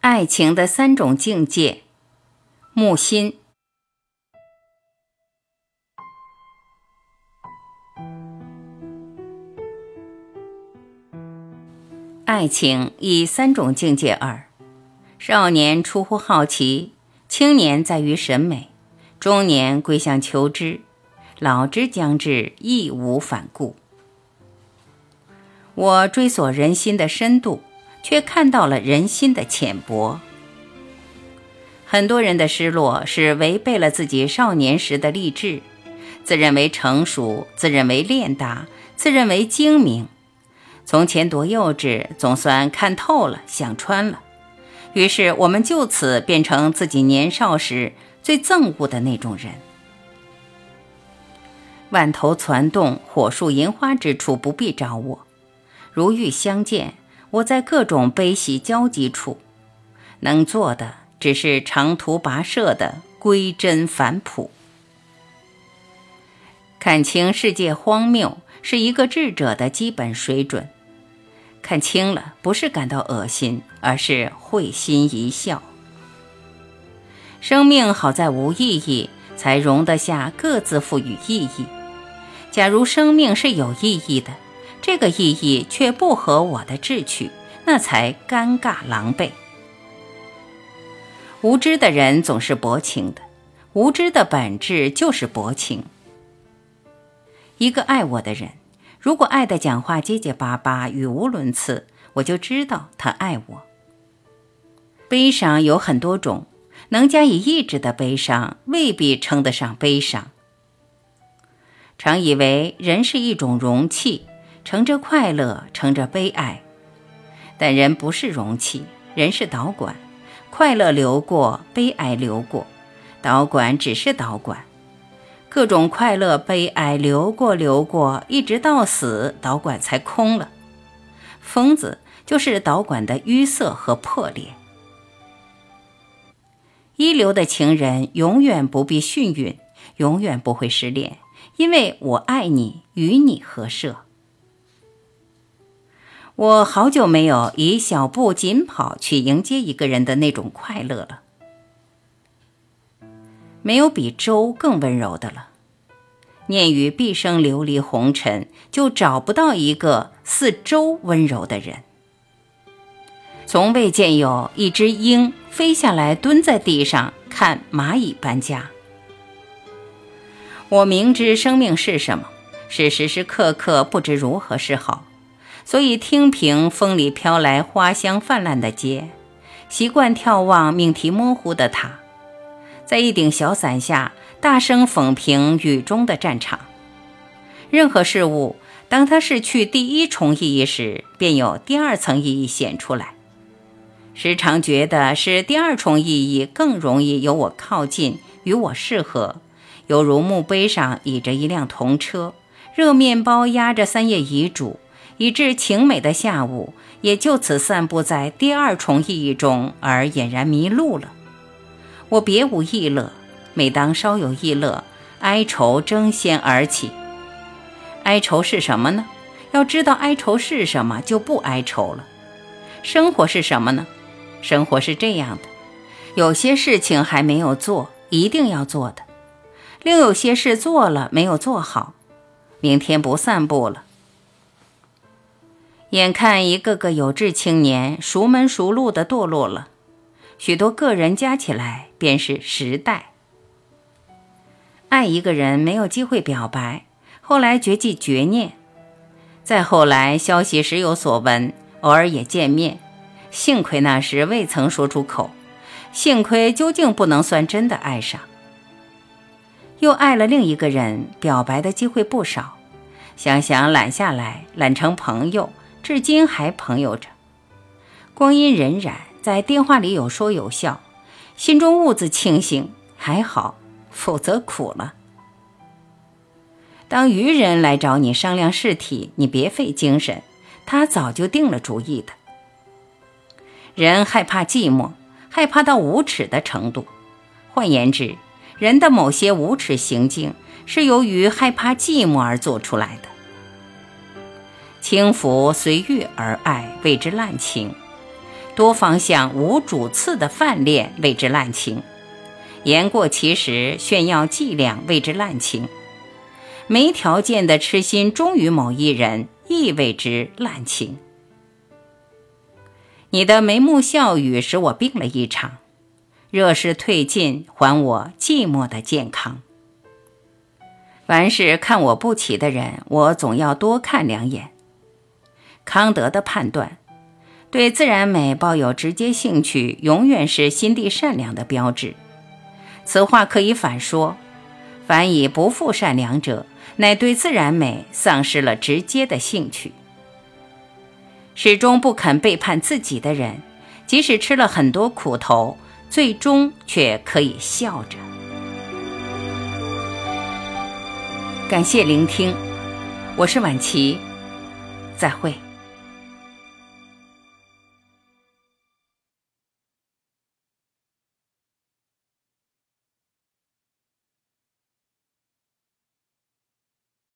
爱情的三种境界。木心。爱情以三种境界耳：少年出乎好奇，青年在于审美，中年归向求知，老之将至，义无反顾。我追索人心的深度，却看到了人心的浅薄。很多人的失落是违背了自己少年时的励志，自认为成熟，自认为练达，自认为精明。从前多幼稚，总算看透了，想穿了。于是我们就此变成自己年少时最憎恶的那种人。万头攒动，火树银花之处不必找我。如遇相见，我在各种悲喜交集处，能做的只是长途跋涉的归真返璞。看清世界荒谬是一个智者的基本水准，看清了不是感到恶心，而是会心一笑。生命好在无意义，才容得下各自赋予意义。假如生命是有意义的，这个意义却不合我的志趣，那才尴尬狼狈。无知的人总是薄情的，无知的本质就是薄情。一个爱我的人，如果爱的讲话结结巴巴，语无伦次，我就知道他爱我。悲伤有很多种，能加以抑制的悲伤未必称得上悲伤。常以为人是一种容器，盛着快乐，盛着悲哀。但人不是容器，人是导管，快乐流过，悲哀流过，导管只是导管。各种快乐悲哀流过，一直到死，导管才空了。疯子就是导管的淤塞和破裂。一流的情人永远不必训允，永远不会失恋，因为我爱你，与你合摄。我好久没有以小步紧跑去迎接一个人的那种快乐了。没有比舟更温柔的了。念与毕生流离红尘，就找不到一个似舟温柔的人。从未见有一只鹰飞下来蹲在地上看蚂蚁搬家。我明知生命是什么，是时时刻刻不知如何是好，所以听凭风里飘来花香泛滥的街，习惯眺望命题模糊的塔，在一顶小伞下大声讽评雨中的战场。任何事物当它失去第一重意义时，便有第二层意义显出来。时常觉得是第二重意义更容易由我靠近，与我适合，犹如墓碑上倚着一辆童车，热面包压着3页遗嘱，以致晴美的下午也就此散布在第二重意义中，而俨然迷路了。我别无异乐，每当稍有异乐，哀愁争先而起。哀愁是什么呢？要知道哀愁是什么，就不哀愁了。生活是什么呢？生活是这样的，有些事情还没有做，一定要做的；另有些事做了，没有做好，明天不散步了。眼看一个个有志青年熟门熟路地堕落了，许多个人加起来便是时代。爱一个人没有机会表白，后来绝迹绝念，再后来消息时有所闻，偶尔也见面，幸亏那时未曾说出口，幸亏究竟不能算真的爱上。又爱了另一个人，表白的机会不少，想想揽下来，揽成朋友，至今还朋友着。光阴荏苒，在电话里有说有笑，心中兀自庆幸，还好，否则苦了。当愚人来找你商量事体，你别费精神，他早就定了主意的。人害怕寂寞，害怕到无耻的程度。换言之，人的某些无耻行径是由于害怕寂寞而做出来的。轻浮随遇而爱，谓之滥情； 多方向无主次的泛恋谓之滥情，言过其实炫耀伎俩谓之滥情，没条件的痴心忠于某一人亦谓之滥情。你的眉目笑语使我病了一场，热势退尽，还我寂寞的健康。凡是看我不起的人，我总要多看两眼。康德的判断，对自然美抱有直接兴趣，永远是心地善良的标志。此话可以反说，凡以不负善良者，乃对自然美丧失了直接的兴趣。始终不肯背叛自己的人，即使吃了很多苦头，最终却可以笑着。感谢聆听，我是婉琪，再会。